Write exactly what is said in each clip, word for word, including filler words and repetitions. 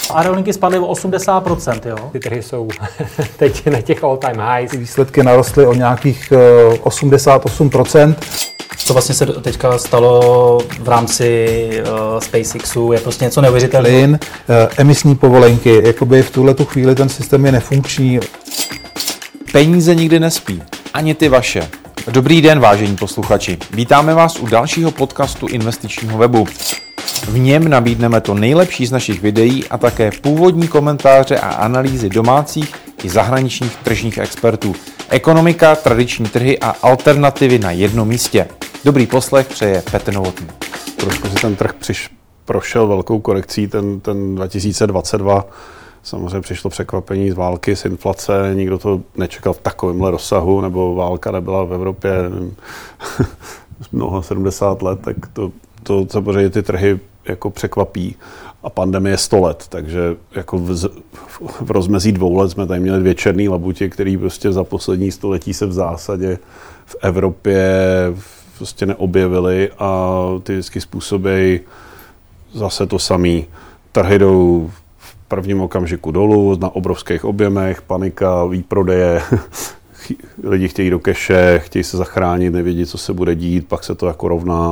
Aerolinky spadly o osmdesát procent, jo? Ty trhy jsou teď na těch all time highs. Výsledky narostly o nějakých osmdesát osm procent. Co vlastně se teďka stalo v rámci uh, SpaceXu, je prostě něco neuvěřitelného. Plyn, uh, emisní povolenky, jakoby v tuhletu chvíli ten systém je nefunkční. Peníze nikdy nespí, ani ty vaše. Dobrý den, vážení posluchači. Vítáme vás u dalšího podcastu investičního webu. V něm nabídneme to nejlepší z našich videí a také původní komentáře a analýzy domácích i zahraničních tržních expertů. Ekonomika, tradiční trhy a alternativy na jednom místě. Dobrý poslech přeje Petr Novotný. Trošku si ten trh přiš, prošel velkou korekcí, ten, ten dva tisíce dvacet dva. Samozřejmě přišlo překvapení z války, z inflace, nikdo to nečekal v takovémhle rozsahu, nebo válka nebyla v Evropě nevím, mnoho sedmdesát let, tak to, to samozřejmě ty trhy jako překvapí. A pandemie je sto let, takže jako v, v rozmezí dvou let jsme tady měli dvě černé labuti, které prostě za poslední století se v zásadě v Evropě prostě neobjevily a ty vždycky způsobí zase to samé. Trhy jdou v prvním okamžiku dolů na obrovských objemech, panika, výprodeje, lidi chtějí do keše, chtějí se zachránit, nevědí, co se bude dít, pak se to jako rovná.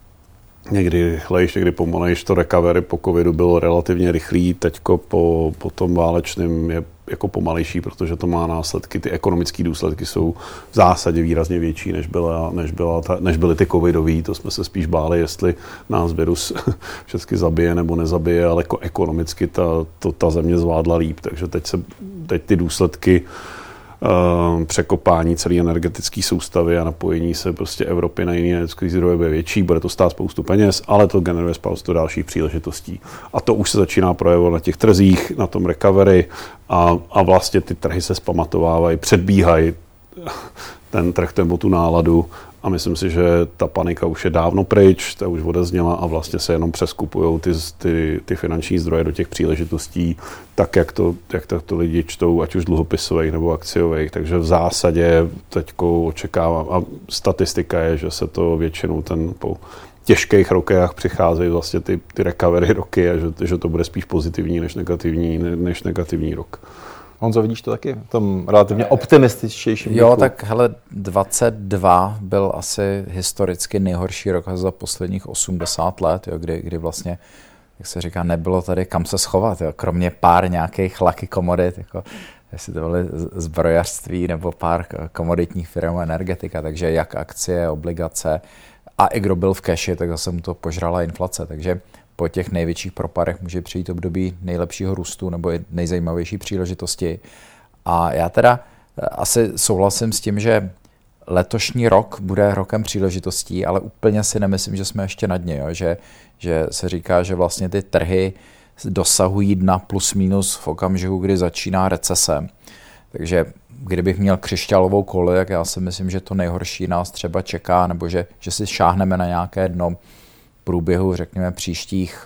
Někdy rychlejš, někdy pomalejš, to recovery po covidu bylo relativně rychlý, teďko po, po tom válečném je jako pomalejší, protože to má následky, ty ekonomické důsledky jsou v zásadě výrazně větší, než, byla, než, byla ta, než byly ty covidový, to jsme se spíš báli, jestli nás virus všechny zabije nebo nezabije, ale jako ekonomicky ta, to, ta země zvládla líp, takže teď, se, teď ty důsledky Uh, překopání celé energetické soustavy a napojení se prostě Evropy na jiné energetické zdroje bude větší, bude to stát spoustu peněz, ale to generuje spoustu dalších příležitostí. A to už se začíná projevovat na těch trzích, na tom recovery a, a vlastně ty trhy se zpamatovávají, předbíhají ten trh nebo tu náladu a myslím si, že ta panika už je dávno pryč, ta už odezněla a vlastně se jenom přeskupují ty, ty, ty finanční zdroje do těch příležitostí, tak jak to, jak to, to lidi čtou, ať už dluhopisových nebo akciových. Takže v zásadě teďko očekávám a statistika je, že se to většinou ten po těžkých rokách přicházejí vlastně ty, ty recovery roky a že, že to bude spíš pozitivní než negativní, než negativní rok. Honzo, vidíš to taky v tom relativně optimističtějším Jo, věku? tak hele, dvacet dva byl asi historicky nejhorší rok za posledních osmdesát let, jo, kdy, kdy vlastně, jak se říká, nebylo tady kam se schovat, jo, kromě pár nějakých lucky komodit, jako jestli to byly zbrojařství nebo pár komoditních firm a energetika, takže jak akcie, obligace a i kdo byl v keši, tak zase mu to požrala inflace, takže po těch největších propadech může přijít období nejlepšího růstu nebo i nejzajímavější příležitosti. A já teda asi souhlasím s tím, že letošní rok bude rokem příležitostí, ale úplně si nemyslím, že jsme ještě na dně. Jo? Že, že se říká, že vlastně ty trhy dosahují dna plus minus v okamžiku, kdy začíná recese. Takže kdybych měl křišťálovou kouli, tak já si myslím, že to nejhorší nás třeba čeká, nebo že, že si šáhneme na nějaké dno průběhu, řekněme, příštích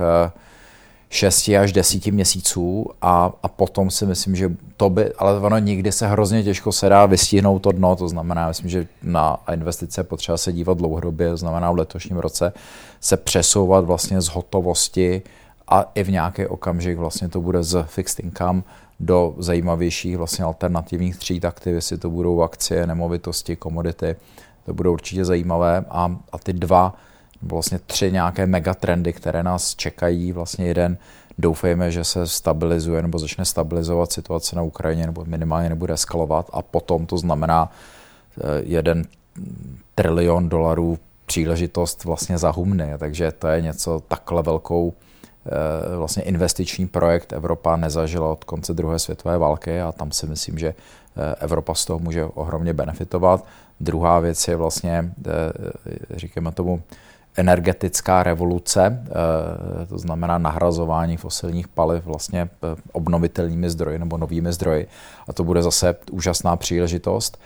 šesti až desíti měsíců a, a potom si myslím, že to by, ale ono nikdy se hrozně těžko se dá vystihnout to dno, to znamená, myslím, že na investice potřeba se dívat dlouhodobě, to znamená v letošním roce se přesouvat vlastně z hotovosti a i v nějaký okamžik vlastně to bude z fixed income do zajímavějších vlastně alternativních tříd aktiv, jestli to budou akcie, nemovitosti, komodity, to budou určitě zajímavé a, a ty dva vlastně tři nějaké megatrendy, které nás čekají. Vlastně jeden, doufejme, že se stabilizuje nebo začne stabilizovat situace na Ukrajině nebo minimálně nebude eskalovat a potom to znamená jeden trilion dolarů příležitost vlastně za humny. Takže to je něco takhle velkou vlastně investiční projekt Evropa nezažila od konce druhé světové války a tam si myslím, že Evropa z toho může ohromně benefitovat. Druhá věc je vlastně, říkáme tomu, energetická revoluce, to znamená nahrazování fosilních paliv vlastně obnovitelnými zdroji nebo novými zdroji. A to bude zase úžasná příležitost.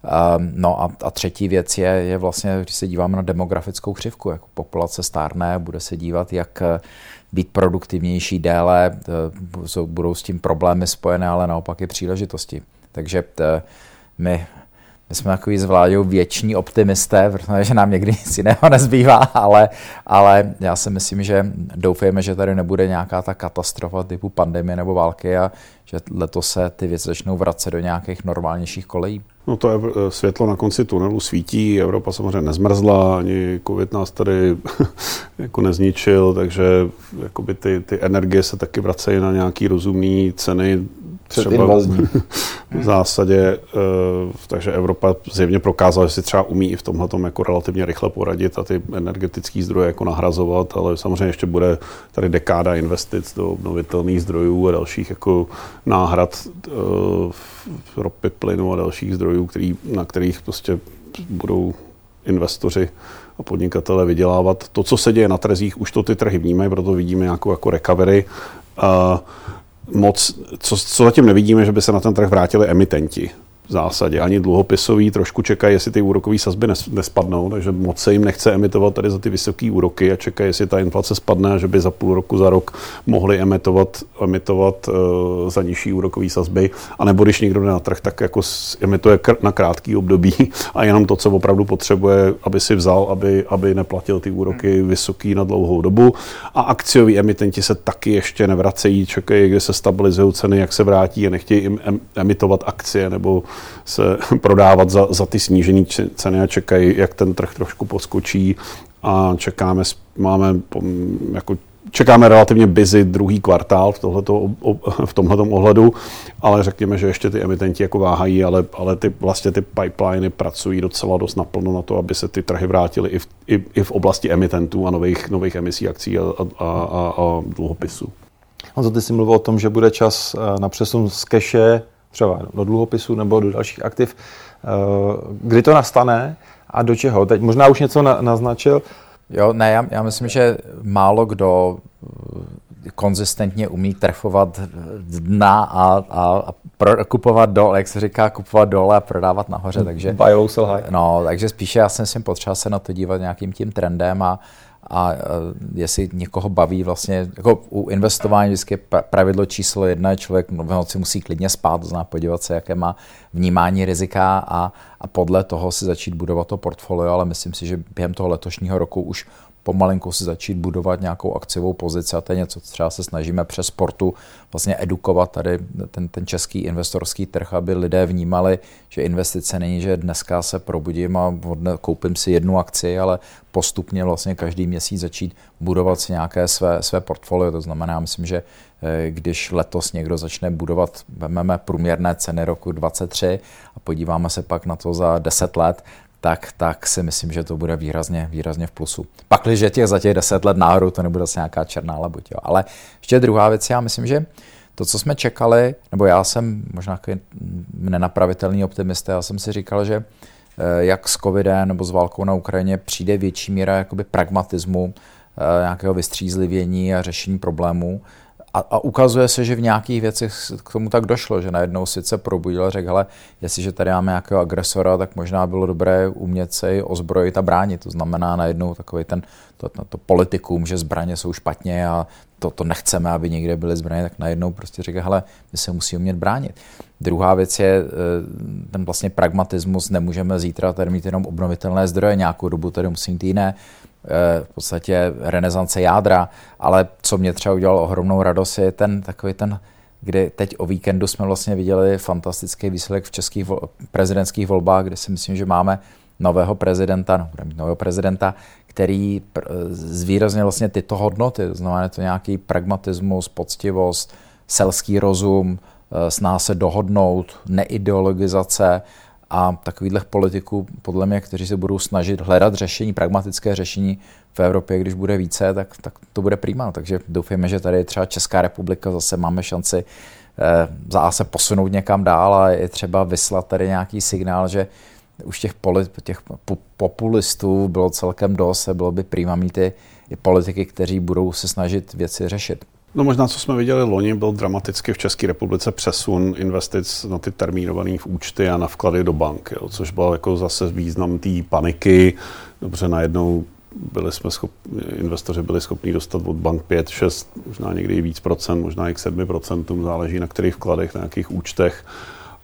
No a, a třetí věc je, je vlastně, když se díváme na demografickou křivku, jako populace stárne, bude se dívat, jak být produktivnější déle, budou s tím problémy spojené, ale naopak i příležitosti. Takže my my jsme takový s Vláďou věční optimisté, protože nám někdy nic jiného nezbývá, ale, ale já si myslím, že doufejme, že tady nebude nějaká ta katastrofa typu pandemie nebo války a že letos se ty věci začnou vracet do nějakých normálnějších kolejí. No to je světlo na konci tunelu svítí, Evropa samozřejmě nezmrzla, ani covid nás tady jako nezničil, takže jakoby ty, ty energie se taky vracejí na nějaký rozumný ceny. Třeba v zásadě, takže Evropa zjevně prokázala, že si třeba umí i v tomhletom jako relativně rychle poradit a ty energetické zdroje jako nahrazovat, ale samozřejmě ještě bude tady dekáda investic do obnovitelných zdrojů a dalších jako náhrad ropy, plynu a dalších zdrojů, který, na kterých prostě budou investoři a podnikatelé vydělávat. To, co se děje na trzích, už to ty trhy vnímají, proto vidíme nějakou jako recovery. A moc, co, co zatím nevidíme, že by se na ten trh vrátili emitenti. V zásadě ani dluhopisový trošku čekají, jestli ty úrokové sazby nespadnou, takže moc se jim nechce emitovat tady za ty vysoké úroky a čekají, jestli ta inflace spadne a že by za půl roku, za rok mohli emitovat, emitovat uh, za nižší úrokové sazby. A nebo když někdo jde na trh, tak jako emituje kr- na krátký období a jenom to, co opravdu potřebuje, aby si vzal, aby, aby neplatil ty úroky vysoký na dlouhou dobu. A akcioví emitenti se taky ještě nevracejí, čekají, kde se stabilizují ceny, jak se vrátí a nechtějí jim em- emitovat akcie nebo se prodávat za, za ty snížené ceny a čekají, jak ten trh trošku poskočí a čekáme, máme jako čekáme relativně busy druhý kvartál v, tohleto, v tomhletom ohledu, ale řekněme, že ještě ty emitenti jako váhají, ale, ale ty, vlastně ty pipeliny pracují docela dost naplno na to, aby se ty trhy vrátily i v, i, i v oblasti emitentů a nových, nových emisí akcí a, a, a, a dluhopisů. Honzo, ty jsi mluvil o tom, že bude čas na přesun z keše třeba do dluhopisů nebo do dalších aktiv. Kdy to nastane a do čeho? Teď možná už něco na, naznačil. Jo, ne, já, já myslím, že málo kdo konzistentně umí trefovat dna a, a, a pro, kupovat dole, jak se říká, kupovat dole a prodávat nahoře. Takže, buy low, sell high. No, takže spíše já jsem si potřeba se na to dívat nějakým tím trendem a A jestli někoho baví vlastně, jako u investování vždycky pravidlo číslo jedna je člověk v noci musí klidně spát, to znamená podívat se, jaké má vnímání rizika a, a podle toho si začít budovat to portfolio, ale myslím si, že během toho letošního roku už pomalinku si začít budovat nějakou akciovou pozici a to je něco, co třeba se snažíme přes sportu vlastně edukovat tady ten, ten český investorský trh, aby lidé vnímali, že investice není, že dneska se probudím a koupím si jednu akci, ale postupně vlastně každý měsíc začít budovat si nějaké své, své portfolio. To znamená, myslím, že když letos někdo začne budovat, vezmeme průměrné ceny roku dvacet tři a podíváme se pak na to za deset let, Tak, tak si myslím, že to bude výrazně, výrazně v plusu. Pakliže těch za těch deset let náhodou to nebude asi nějaká černá labuť. Jo. Ale ještě druhá věc, já myslím, že to, co jsme čekali, nebo já jsem možná nenapravitelný optimista, já jsem si říkal, že jak s covidem nebo s válkou na Ukrajině přijde větší míra jakoby pragmatismu, nějakého vystřízlivění a řešení problémů. A, a ukazuje se, že v nějakých věcech k tomu tak došlo, že najednou sice probudil a řekl, hele, jestliže tady máme nějakého agresora, tak možná bylo dobré umět se ozbrojit a bránit. To znamená najednou takový ten to, to, to politikum, že zbraně jsou špatně a to, to nechceme, aby někde byly zbraně, tak najednou prostě říká, hele, my se musíme umět bránit. Druhá věc je ten vlastně pragmatismus, nemůžeme zítra tady mít jenom obnovitelné zdroje, nějakou dobu tady musí mít jiné, v podstatě renesance jádra, ale co mě třeba udělalo ohromnou radost je ten takový ten, kdy teď o víkendu jsme vlastně viděli fantastický výsledek v českých vol- prezidentských volbách, kde si myslím, že máme nového prezidenta, no, budeme mít nového prezidenta, který pr- zvýraznil vlastně tyto hodnoty, to znamená to nějaký pragmatismus, poctivost, selský rozum, snaha se dohodnout, neideologizace a takovýchhle politiků, podle mě, kteří se budou snažit hledat řešení, pragmatické řešení v Evropě, když bude více, tak, tak to bude prima. Takže doufejme, že tady třeba Česká republika zase máme šanci eh, za se posunout někam dál a je třeba vyslat tady nějaký signál, že už těch, poli, těch populistů bylo celkem dost a bylo by prima mít i, i politiky, kteří budou se snažit věci řešit. No možná, co jsme viděli loni, byl dramaticky v České republice přesun investic na ty termínované v účty a na vklady do bank, jo, což byl jako zase význam té paniky. Dobře, najednou byli jsme schopni, investoři byli schopni dostat od bank pět, šest, možná někdy i víc procent, možná i k sedmi procentům, záleží na kterých vkladech, na jakých účtech.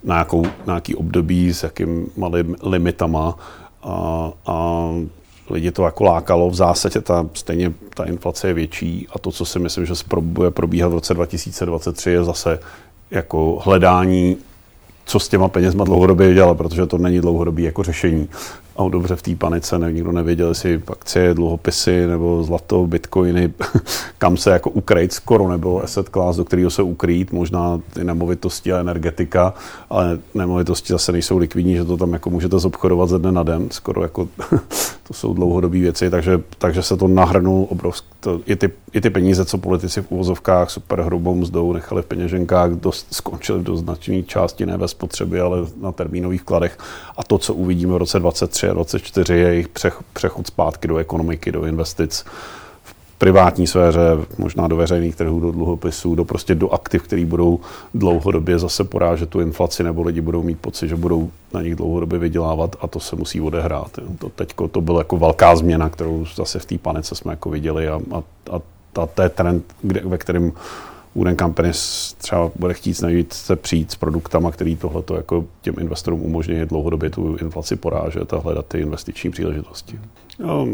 na, nějakou, na nějaký období s jakým malým limitama a, a lidi to jako lákalo. V zásadě ta, stejně ta inflace je větší a to, co si myslím, že se bude probíhat v roce dva tisíce dvacet tři, je zase jako hledání, co s těma penězma dlouhodobě dělat, protože to není dlouhodobý jako řešení. A dobře, v té panice ne, nikdo nevěděl, jestli akcie, dluhopisy nebo zlato, bitcoiny, kam se jako ukrýt, skoro nebylo asset class, do kterého se ukrýt, možná ty nemovitosti a energetika, ale nemovitosti zase nejsou likvidní, že to tam jako můžete zobchodovat ze dne na den, skoro jako to jsou dlouhodobé věci, takže, takže se to nahrnul obrovsky. To, i, ty, I ty peníze, co politici v uvozovkách super hrubou mzdou nechali v peněženkách, dost, skončili do značné části ne ve spotřebě, ale na termínových vkladech. A to, co uvidíme v roce dvacet tři a dvacet čtyři, je jejich přechod zpátky do ekonomiky, do investic v privátní sféře, možná do veřejných trhů, do dluhopisů, do prostě do aktiv, které budou dlouhodobě zase porážet tu inflaci, nebo lidi budou mít pocit, že budou na nich dlouhodobě vydělávat a to se musí odehrát. To teďko to byla jako velká změna, kterou zase v té panice jsme jako viděli a, a, a, a to je trend, kde, ve kterém Wood Company třeba bude chtít najít se přijít s produktama, který tohleto jako těm investorům umožní dlouhodobě tu inflaci porážet a hledat ty investiční příležitosti. No,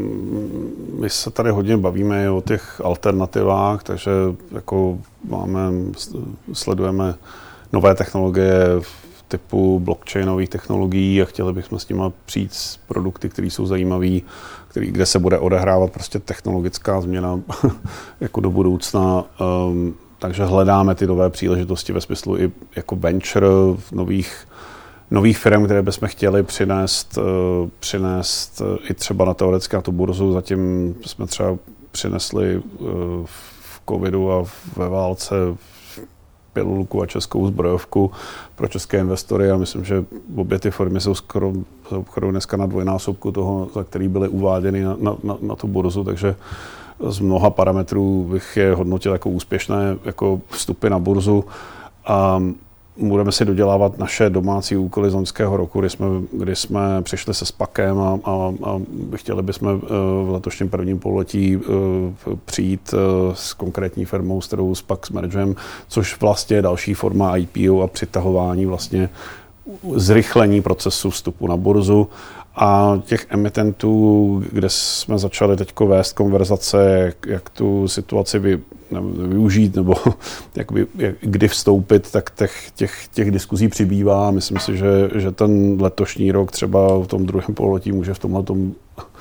my se tady hodně bavíme o těch alternativách, takže jako máme, sledujeme nové technologie typu blockchainových technologií a chtěli bychom s nimi přijít s produkty, které jsou zajímavé, který, kde se bude odehrávat prostě technologická změna jako do budoucna. Um, takže hledáme ty nové příležitosti ve smyslu i jako venture nových, nových firm, které bychom chtěli přinést, uh, přinést uh, i třeba na teoreticky na tu burzu. Zatím jsme třeba přinesli uh, v covidu a ve válce pilulku a českou zbrojovku pro české investory a myslím, že obě ty firmy jsou skoro obchodují dneska na dvojnásobku toho, za který byly uváděny na, na, na tu burzu, takže z mnoha parametrů bych je hodnotil jako úspěšné jako vstupy na burzu a budeme si dodělávat naše domácí úkoly z loňského roku, kdy jsme, kdy jsme přišli se SPACem a, a, a chtěli bychom v letošním prvním pololetí přijít s konkrétní firmou, s kterou SPAC smergujeme, což vlastně je další forma I P O a přitahování vlastně zrychlení procesu vstupu na burzu. A těch emitentů, kde jsme začali teď vést konverzace, jak, jak tu situaci vy, využít nebo jak by, jak, kdy vstoupit, tak těch, těch, těch diskuzí přibývá. Myslím si, že, že ten letošní rok třeba v tom druhém pololetí může v tomhle tom, uh,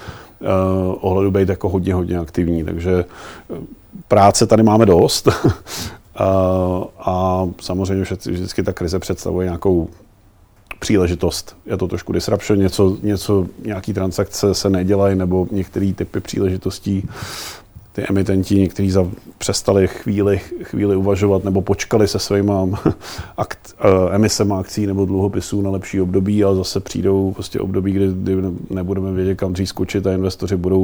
ohledu být jako hodně, hodně aktivní. Takže práce tady máme dost. uh, a samozřejmě, že vždycky ta krize představuje nějakou příležitost. Je to trošku disruption, něco, něco, nějaký transakce se nedělají, nebo některé typy příležitostí, ty emitenti, někteří za, přestali chvíli, chvíli uvažovat, nebo počkali se svýma akt, uh, emisema akcí nebo dluhopisů na lepší období, ale zase přijdou prostě období, kdy, kdy nebudeme vědět, kam dřív skočit a investoři budou,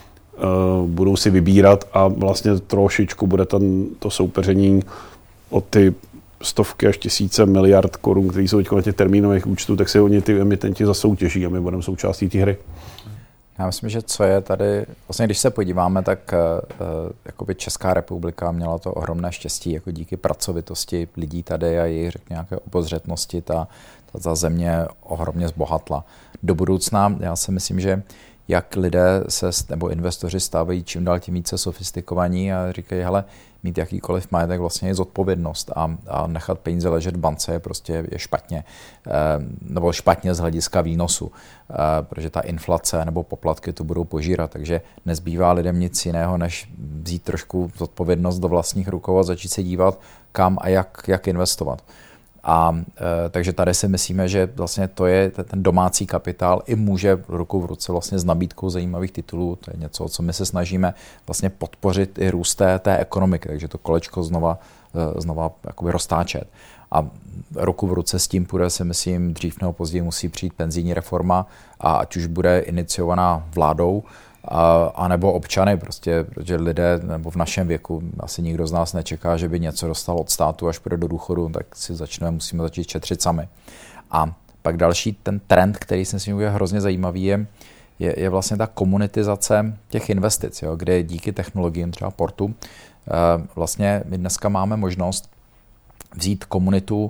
uh, budou si vybírat a vlastně trošičku bude ten, to soupeření od ty stovky až tisíce miliard korun, které jsou teď na těch termínových účtů, tak se oni ty emitenti zasoutěží a my budeme součástí té hry. Já myslím, že co je tady, vlastně když se podíváme, tak uh, jakoby Česká republika měla to ohromné štěstí, jako díky pracovitosti lidí tady a jejich, řekněme, nějaké obozřetnosti, ta, ta, ta země ohromně zbohatla. Do budoucna já si myslím, že jak lidé se, nebo investoři stávají čím dál tím více sofistikovaní a říkají, hele, mít jakýkoliv majetek vlastně je zodpovědnost a, a nechat peníze ležet v bance je prostě je špatně, e, nebo špatně z hlediska výnosu, e, protože ta inflace nebo poplatky to budou požírat, takže nezbývá lidem nic jiného, než vzít trošku zodpovědnost do vlastních rukou a začít se dívat, kam a jak, jak investovat. A e, takže tady si myslíme, že vlastně to je ten domácí kapitál i může ruku v ruce vlastně s nabídkou zajímavých titulů. To je něco, o co my se snažíme vlastně podpořit i růst té, té ekonomiky, takže to kolečko znova, e, znova jakoby roztáčet. A ruku v ruce s tím půjde, si myslím, dřív nebo později musí přijít penzijní reforma a ať už bude iniciovaná vládou, A, a nebo občany, prostě, protože lidé, nebo v našem věku, asi nikdo z nás nečeká, že by něco dostal od státu, až půjde do důchodu, tak si začneme, musíme začít šetřit sami. A pak další ten trend, který si myslím je hrozně zajímavý, je, je, je vlastně ta komunitizace těch investic, jo, kde díky technologiím, třeba Portu, vlastně my dneska máme možnost vzít komunitu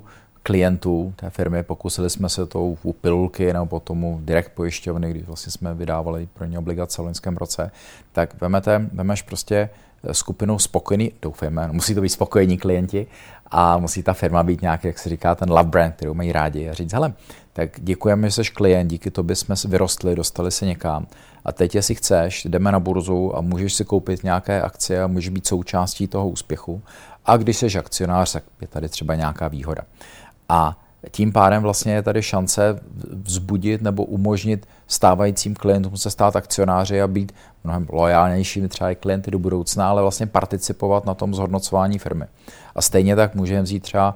klientů té firmy, pokusili jsme se to u pilulky nebo potom direkt pojišťovny, když vlastně jsme vydávali pro ně obligace v loňském roce, tak vemete, vemeš prostě skupinu spokojený, doufejme, musí to být spokojení klienti a musí ta firma být nějaký, jak se říká, ten love brand, kterou mají rádi a říct, hele, tak děkujeme, že jsi klient, díky tobě jsme vyrostli, dostali se někam a teď, jestli chceš, jdeme na burzu a můžeš si koupit nějaké akcie a můžeš být součástí toho úspěchu a když jsi akcionář, tak je tady třeba nějaká výhoda. A tím pádem vlastně je tady šance vzbudit nebo umožnit stávajícím klientům se stát akcionáři a být mnohem lojálnějšími třeba i klienty do budoucna, ale vlastně participovat na tom zhodnocování firmy. A stejně tak můžeme vzít třeba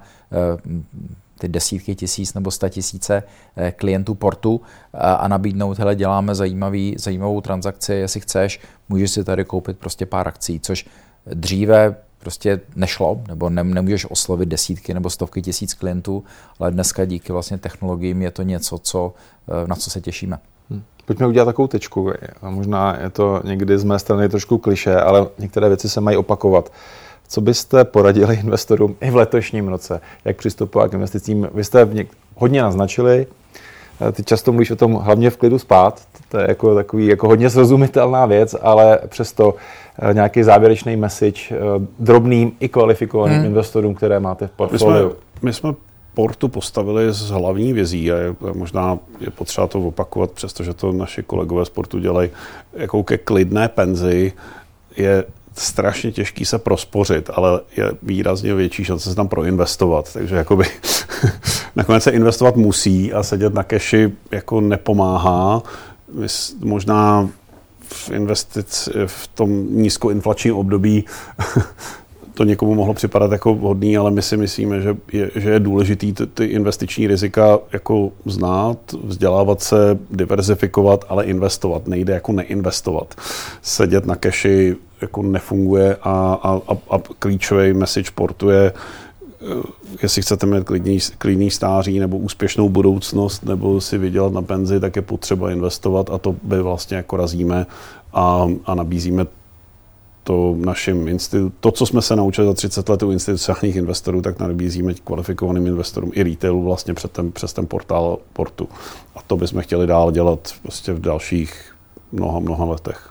ty desítky tisíc nebo sta tisíce klientů portu a nabídnout, hele, děláme zajímavý, zajímavou transakci, jestli chceš, můžeš si tady koupit prostě pár akcí, což dříve prostě nešlo, nebo ne, nemůžeš oslovit desítky nebo stovky tisíc klientů, ale dneska díky vlastně technologiím je to něco, co, na co se těšíme. Hmm. Pojďme udělat takovou tečku. A možná je to někdy z mé strany trošku klišé, ale některé věci se mají opakovat. Co byste poradili investorům i v letošním roce? Jak přistupovat k investicím? Vy jste něk- hodně naznačili, ty často mluvíš o tom hlavně v klidu spát, to je jako takový jako hodně srozumitelná věc, ale přesto nějaký závěrečný message drobným i kvalifikovaným hmm. investorům, které máte v portfoliu. My jsme, my jsme Portu postavili z hlavní vězí a je, možná je potřeba to opakovat, přestože to naši kolegové z Portu dělají, jako ke klidné penzi je strašně těžký se prospořit, ale je výrazně větší šance se tam proinvestovat, takže jakoby nakonec se investovat musí a sedět na keši jako nepomáhá. Možná v investic v tom nízkoinflačním období to někomu mohlo připadat jako vhodný, ale my si myslíme, že je, že je důležitý ty, ty investiční rizika jako znát, vzdělávat se, diverzifikovat, ale investovat. Nejde jako neinvestovat. Sedět na keši jako nefunguje a, a, a klíčový message Portu je, jestli chcete mít klidný, klidný stáří nebo úspěšnou budoucnost nebo si vydělat na penzi, tak je potřeba investovat a to by vlastně jako razíme a, a nabízíme to našim institu- to, co jsme se naučili za třicet let u institucionálních investorů, tak nabízíme kvalifikovaným investorům i retailu vlastně před ten, přes ten portál Portu. A to bychom chtěli dál dělat prostě v dalších mnoha, mnoha letech.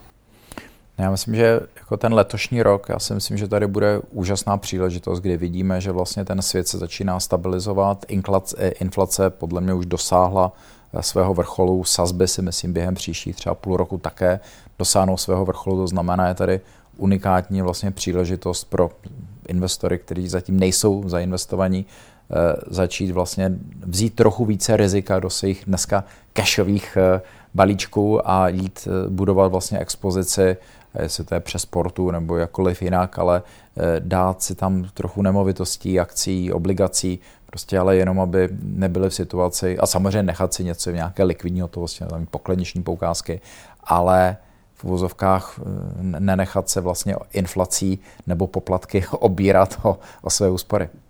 Já myslím, že jako ten letošní rok, já si myslím, že tady bude úžasná příležitost, kdy vidíme, že vlastně ten svět se začíná stabilizovat, inflace, inflace podle mě už dosáhla svého vrcholu, sazby si myslím během příštích třeba půl roku také dosáhnou svého vrcholu, to znamená, je tady unikátní vlastně příležitost pro investory, kteří zatím nejsou zainvestovaní, začít vlastně vzít trochu více rizika do svých dneska cashových balíčků a jít budovat vlastně expozici, jestli to je přes Portu nebo jakkoliv jinak, ale dát si tam trochu nemovitostí, akcí, obligací, prostě ale jenom, aby nebyli v situaci, a samozřejmě nechat si něco v nějaké likvidní hotovosti, tam pokladniční poukázky, ale v uvozovkách nenechat se vlastně inflací nebo poplatky obírat o, o své úspory.